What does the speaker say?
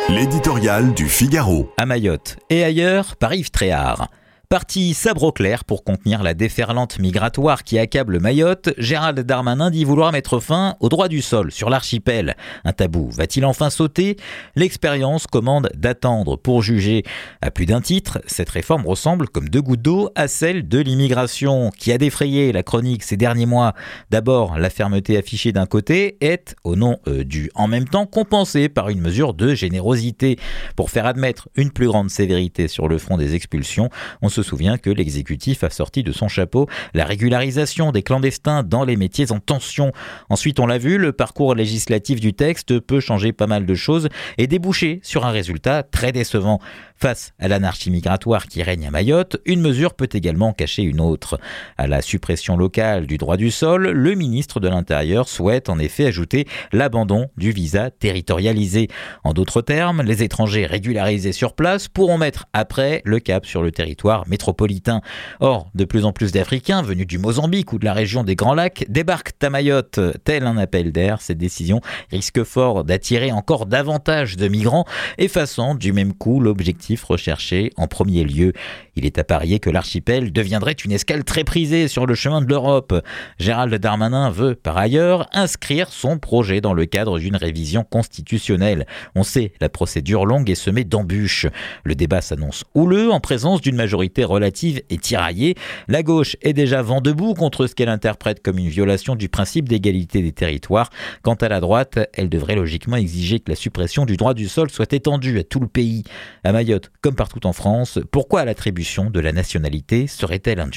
L'éditorial du Figaro. À Mayotte et ailleurs par Yves Tréhard. Parti sabre au clair pour contenir la déferlante migratoire qui accable Mayotte, Gérald Darmanin dit vouloir mettre fin au droit du sol sur l'archipel. Un tabou va-t-il enfin sauter ? L'expérience commande d'attendre pour juger. À plus d'un titre, cette réforme ressemble comme deux gouttes d'eau à celle de l'immigration qui a défrayé la chronique ces derniers mois. D'abord, la fermeté affichée d'un côté est, au nom du « en même temps », compensée par une mesure de générosité. Pour faire admettre une plus grande sévérité sur le front des expulsions, on se souvient que l'exécutif a sorti de son chapeau la régularisation des clandestins dans les métiers en tension. Ensuite, on l'a vu, le parcours législatif du texte peut changer pas mal de choses et déboucher sur un résultat très décevant. Face à l'anarchie migratoire qui règne à Mayotte, une mesure peut également cacher une autre. À la suppression locale du droit du sol, le ministre de l'Intérieur souhaite en effet ajouter l'abandon du visa territorialisé. En d'autres termes, les étrangers régularisés sur place pourront mettre après le cap sur le territoire métropolitain. Or, de plus en plus d'Africains venus du Mozambique ou de la région des Grands Lacs débarquent à Mayotte. Tel un appel d'air, cette décision risque fort d'attirer encore davantage de migrants, effaçant du même coup l'objectif recherché en premier lieu. Il est à parier que l'archipel deviendrait une escale très prisée sur le chemin de l'Europe. Gérald Darmanin veut, par ailleurs, inscrire son projet dans le cadre d'une révision constitutionnelle. On sait, la procédure longue est semée d'embûches. Le débat s'annonce houleux en présence d'une majorité relative et tiraillée. La gauche est déjà vent debout contre ce qu'elle interprète comme une violation du principe d'égalité des territoires. Quant à la droite, elle devrait logiquement exiger que la suppression du droit du sol soit étendue à tout le pays. À Mayotte, comme partout en France, pourquoi l'attribution de la nationalité serait-elle indue ?